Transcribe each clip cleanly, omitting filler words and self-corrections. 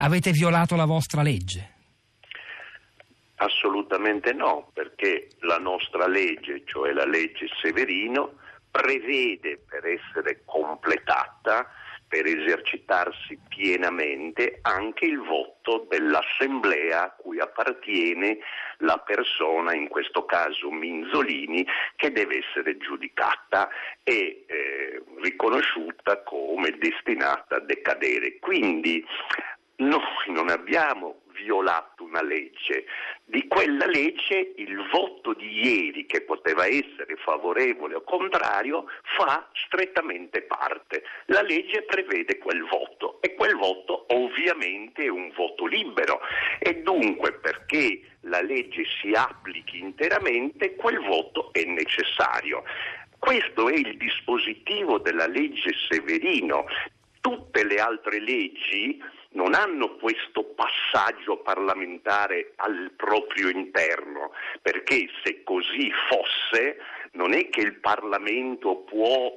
Avete violato la vostra legge? Assolutamente no, perché la nostra legge, cioè la legge Severino, prevede, per essere completata, per esercitarsi pienamente, anche il voto dell'assemblea a cui appartiene la persona, in questo caso Minzolini, che deve essere giudicata e riconosciuta come destinata a decadere. Quindi noi non abbiamo violato una legge. Di quella legge il voto di ieri, che poteva essere favorevole o contrario, fa strettamente parte. La legge prevede quel voto e quel voto ovviamente è un voto libero e dunque, perché la legge si applichi interamente, quel voto è necessario. Questo è il dispositivo della legge Severino. Tutte le altre leggi non hanno questo passaggio parlamentare al proprio interno, perché se così fosse non è che il Parlamento può,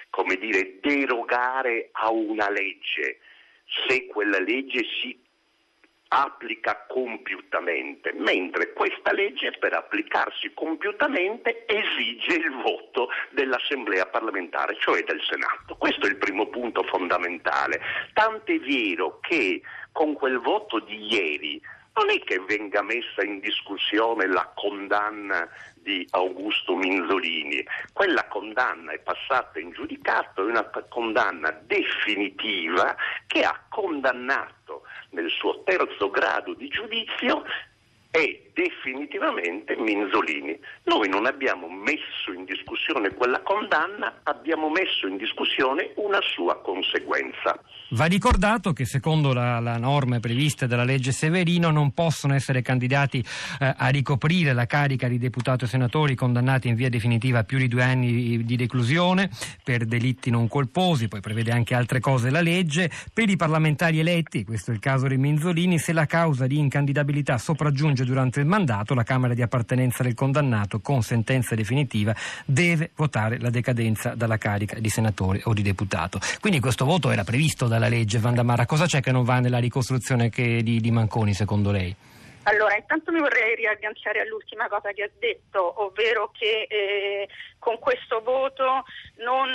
derogare a una legge se quella legge si applica compiutamente, mentre questa legge, per applicarsi compiutamente, esige il voto dell'Assemblea parlamentare, cioè del Senato. Questo è il primo punto fondamentale. Tant'è vero che con quel voto di ieri non è che venga messa in discussione la condanna di Augusto Minzolini. Quella condanna è passata in giudicato, è una condanna definitiva che ha condannato nel suo terzo grado di giudizio e definitivamente Minzolini. Noi non abbiamo messo in discussione quella condanna, abbiamo messo in discussione una sua conseguenza. Va ricordato che secondo la norma prevista dalla legge Severino non possono essere candidati a ricoprire la carica di deputato e senatori condannati in via definitiva a più di 2 anni di reclusione per delitti non colposi, poi prevede anche altre cose la legge. Per i parlamentari eletti, questo è il caso di Minzolini, se la causa di incandidabilità sopraggiunge durante il mandato, la Camera di appartenenza del condannato con sentenza definitiva deve votare la decadenza dalla carica di senatore o di deputato. Quindi questo voto era previsto dalla legge. Vandamara, cosa c'è che non va nella ricostruzione di Manconi secondo lei? Allora, intanto mi vorrei riagganciare all'ultima cosa che ha detto, ovvero che con questo voto non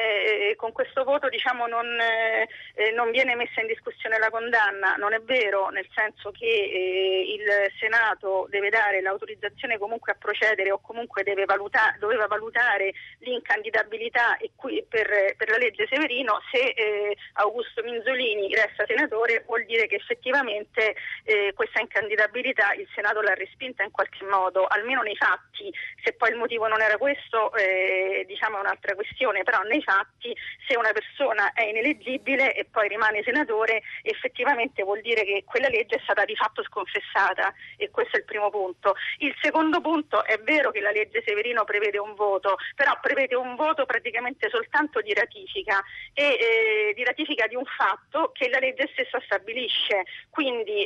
viene messa in discussione la condanna. Non è vero, nel senso che il Senato deve dare l'autorizzazione comunque a procedere o comunque doveva valutare l'incandidabilità e qui per la legge Severino. Se Augusto Minzolini resta senatore, vuol dire che effettivamente questa incandidabilità il Senato l'ha respinta in qualche modo, almeno nei fatti. Se poi il motivo non era questo, è un'altra questione, però nei fatti, se una persona è ineleggibile e poi rimane senatore, effettivamente vuol dire che quella legge è stata di fatto sconfessata, e questo è il primo punto. Il secondo punto: è vero che la legge Severino prevede un voto, però prevede un voto praticamente soltanto di ratifica, e di ratifica di un fatto che la legge stessa stabilisce. Quindi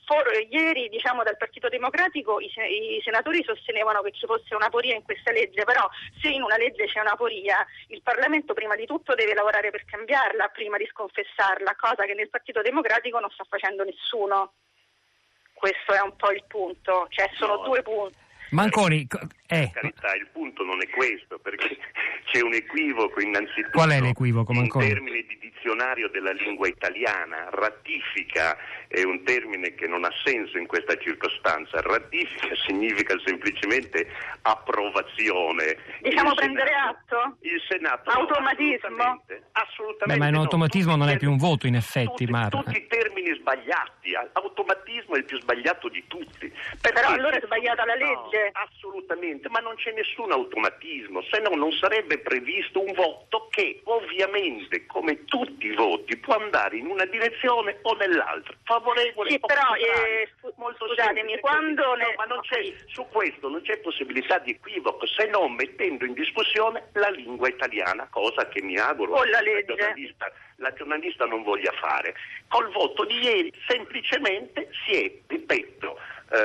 ieri dal Partito Democratico i senatori sostenevano che ci fosse una aporia in questa legge, però se in una legge c'è un'aporia, il Parlamento prima di tutto deve lavorare per cambiarla prima di sconfessarla, cosa che nel Partito Democratico non sta facendo nessuno. Questo è un po' il punto, sono 2 punti. Manconi, per carità, il punto non è questo, perché c'è un equivoco innanzitutto. Qual è l'equivoco, Manconi? In termini di dizionario della lingua italiana, ratifica è un termine che non ha senso in questa circostanza. Ratifica significa semplicemente approvazione. Prendere atto? Il Senato automatismo? Assolutamente. Ma un automatismo non è più un voto, in effetti, tutti i termini sbagliati. Automatismo è il più sbagliato di tutti. Però allora è sbagliata la legge. Assolutamente, ma non c'è nessun automatismo, se no non sarebbe previsto un voto che ovviamente, come tutti i voti, può andare in una direzione o nell'altra, favorevole o contrario. Scusatemi, quando ma non c'è, su questo non c'è possibilità di equivoco, se non mettendo in discussione la lingua italiana, cosa che mi auguro o la la giornalista non voglia fare. Col voto di ieri semplicemente si è, ripeto,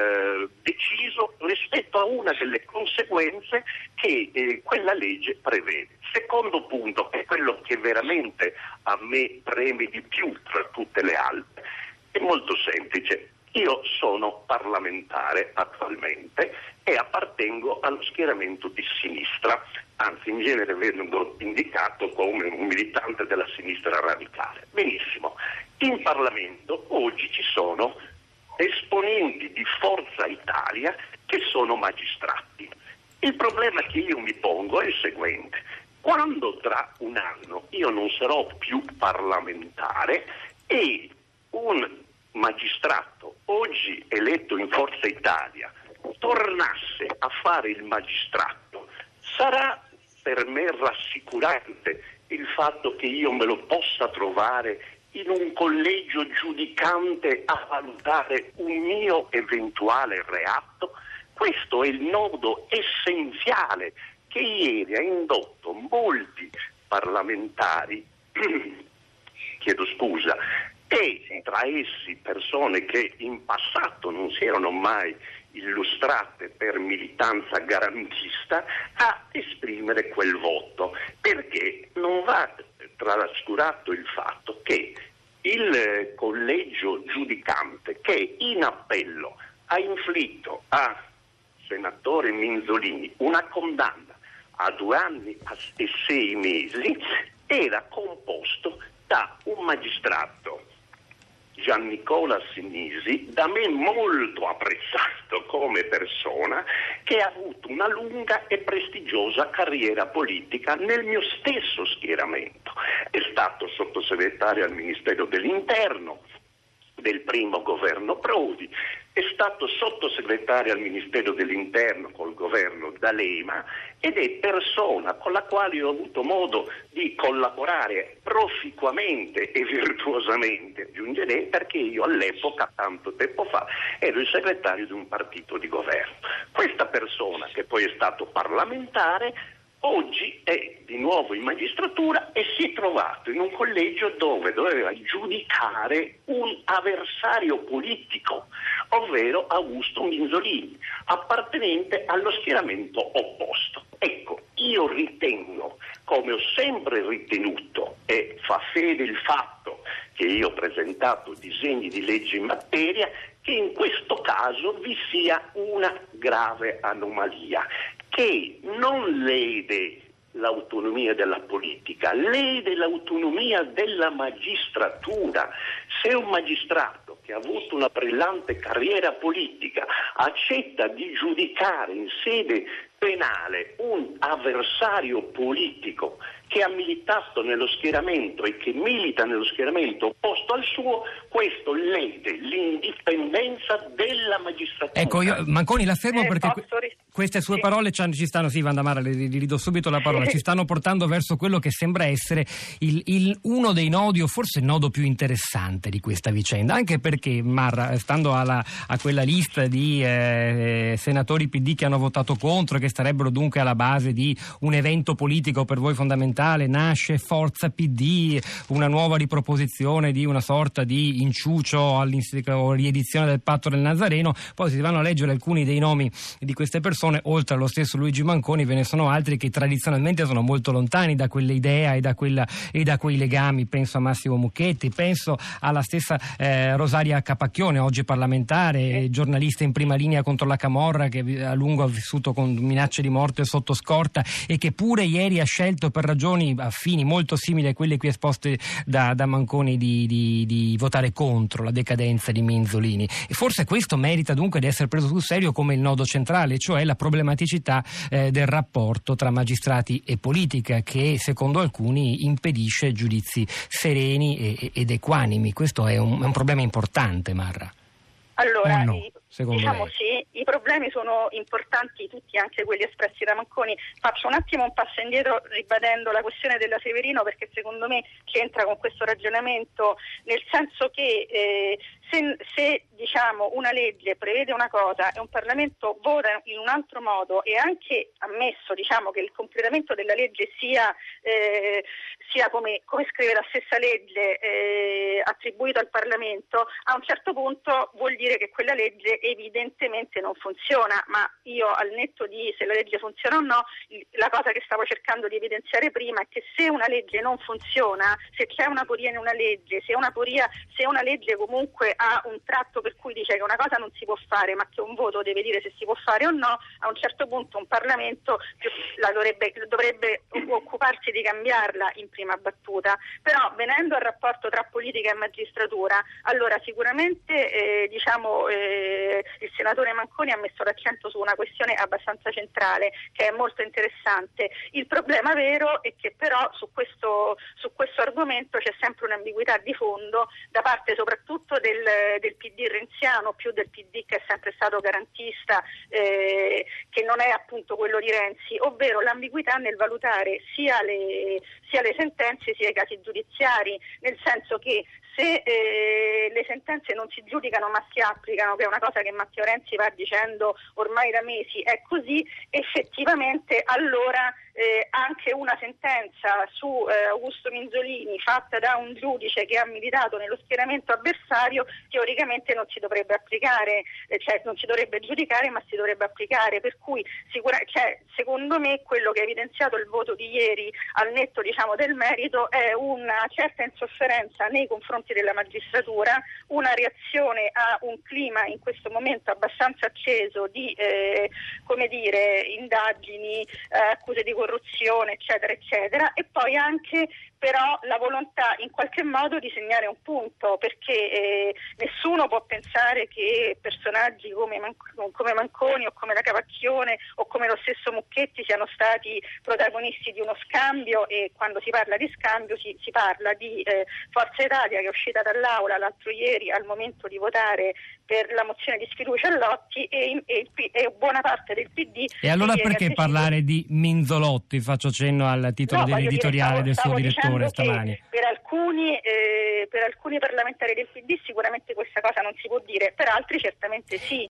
deciso rispetto a una delle conseguenze che quella legge prevede. Secondo punto, è quello che veramente a me preme di più tra tutte le altre. È molto semplice. Io sono parlamentare attualmente e appartengo allo schieramento di sinistra, anzi in genere vengo indicato come un militante della sinistra radicale. Benissimo. In Parlamento oggi ci sono esponenti di Forza Italia che sono magistrati. Il problema che io mi pongo è il seguente: quando tra un anno io non sarò più parlamentare e un magistrato oggi eletto in Forza Italia tornasse a fare il magistrato, sarà per me rassicurante il fatto che io me lo possa trovare in un collegio giudicante a valutare un mio eventuale reato? Questo è il nodo essenziale che ieri ha indotto molti parlamentari, chiedo scusa, e tra essi persone che in passato non si erano mai illustrate per militanza garantista, a esprimere quel voto, perché non va trascurato il fatto che il collegio giudicante che in appello ha inflitto a senatore Minzolini una condanna a 2 anni e 6 mesi era composto da un magistrato, Giannicola Sinisi, da me molto apprezzato come persona, che ha avuto una lunga e prestigiosa carriera politica nel mio stesso schieramento. È stato sottosegretario al Ministero dell'Interno del primo governo Prodi, è stato sottosegretario al Ministero dell'Interno col governo D'Alema ed è persona con la quale ho avuto modo di collaborare proficuamente e virtuosamente, aggiungerei, perché io all'epoca, tanto tempo fa, ero il segretario di un partito di governo. Questa persona, che poi è stato parlamentare, oggi è di nuovo in magistratura e si è trovato in un collegio dove doveva giudicare un avversario politico, ovvero Augusto Minzolini, appartenente allo schieramento opposto. Ecco, io ritengo, come ho sempre ritenuto, e fa fede il fatto che io ho presentato disegni di legge in materia, che in questo caso vi sia una grave anomalia che non lede l'autonomia della politica, lede l'autonomia della magistratura. Se un magistrato che ha avuto una brillante carriera politica accetta di giudicare in sede penale un avversario politico che ha militato nello schieramento e che milita nello schieramento opposto al suo, questo lede l'indipendenza della magistratura. Ecco, io Manconi la fermo perché queste sue parole ci stanno, sì, Vandamara, le ridò subito la parola, ci stanno portando verso quello che sembra essere uno dei nodi, o forse il nodo più interessante di questa vicenda, anche perché, Marra, stando a quella lista di senatori PD che hanno votato contro, che starebbero dunque alla base di un evento politico per voi fondamentale, nasce Forza PD, una nuova riproposizione di una sorta di inciucio o riedizione del Patto del Nazareno. Poi si vanno a leggere alcuni dei nomi di queste persone, oltre allo stesso Luigi Manconi ve ne sono altri che tradizionalmente sono molto lontani da quell'idea e da quei legami. Penso a Massimo Mucchetti, penso alla stessa Rosaria Capacchione, oggi parlamentare, giornalista in prima linea contro la camorra, che a lungo ha vissuto con minacce di morte sotto scorta e che pure ieri ha scelto, per ragioni affini molto simili a quelle qui esposte da Manconi, di votare contro la decadenza di Minzolini. E forse questo merita dunque di essere preso sul serio come il nodo centrale, cioè la problematicità del rapporto tra magistrati e politica, che secondo alcuni impedisce giudizi sereni ed equanimi. Questo è un problema importante, Marra. Allora, no, diciamo sì, i problemi sono importanti tutti, anche quelli espressi da Manconi. Faccio un attimo un passo indietro ribadendo la questione della Severino, perché secondo me c'entra con questo ragionamento, nel senso che se una legge prevede una cosa e un Parlamento vota in un altro modo, e anche ammesso che il completamento della legge sia come scrive la stessa legge attribuito al Parlamento, a un certo punto vuol dire che quella legge evidentemente non funziona. Ma io, al netto di se la legge funziona o no, la cosa che stavo cercando di evidenziare prima è che se una legge non funziona, se c'è una aporia in una legge, se una legge comunque ha un tratto per cui dice che una cosa non si può fare, ma che un voto deve dire se si può fare o no, a un certo punto un Parlamento dovrebbe occuparsi di cambiarla in prima battuta. Però, venendo al rapporto tra politica e magistratura, allora sicuramente il senatore Manconi ha messo l'accento su una questione abbastanza centrale, che è molto interessante. Il problema vero è che però su questo argomento c'è sempre un'ambiguità di fondo da parte soprattutto del PD renziano, più del PD che è sempre stato garantista, che non è appunto quello di Renzi, ovvero l'ambiguità nel valutare sia le sentenze sia i casi giudiziari, nel senso che se le sentenze non si giudicano ma si applicano, che è una cosa che Matteo Renzi va dicendo ormai da mesi, è così, effettivamente allora anche una sentenza su Augusto Minzolini fatta da un giudice che ha militato nello schieramento avversario teoricamente non si dovrebbe applicare, non si dovrebbe giudicare ma si dovrebbe applicare, per cui secondo me quello che ha evidenziato il voto di ieri, al netto del merito, è una certa insofferenza nei confronti della magistratura, una reazione a un clima in questo momento abbastanza acceso di indagini, accuse di corruzione, eccetera eccetera, e poi anche però la volontà in qualche modo di segnare un punto, perché nessuno può pensare che personaggi come Manconi o come la Capacchione o come lo stesso Mucchetti siano stati protagonisti di uno scambio, e quando si parla di scambio si parla di Forza Italia, che è uscita dall'aula l'altro ieri al momento di votare per la mozione di sfiducia a Lotti, e buona parte del PD. E allora perché parlare di Minzolotti? Faccio cenno al titolo dell'editoriale del suo direttore stamani. Per alcuni parlamentari del PD sicuramente questa cosa non si può dire, per altri certamente sì.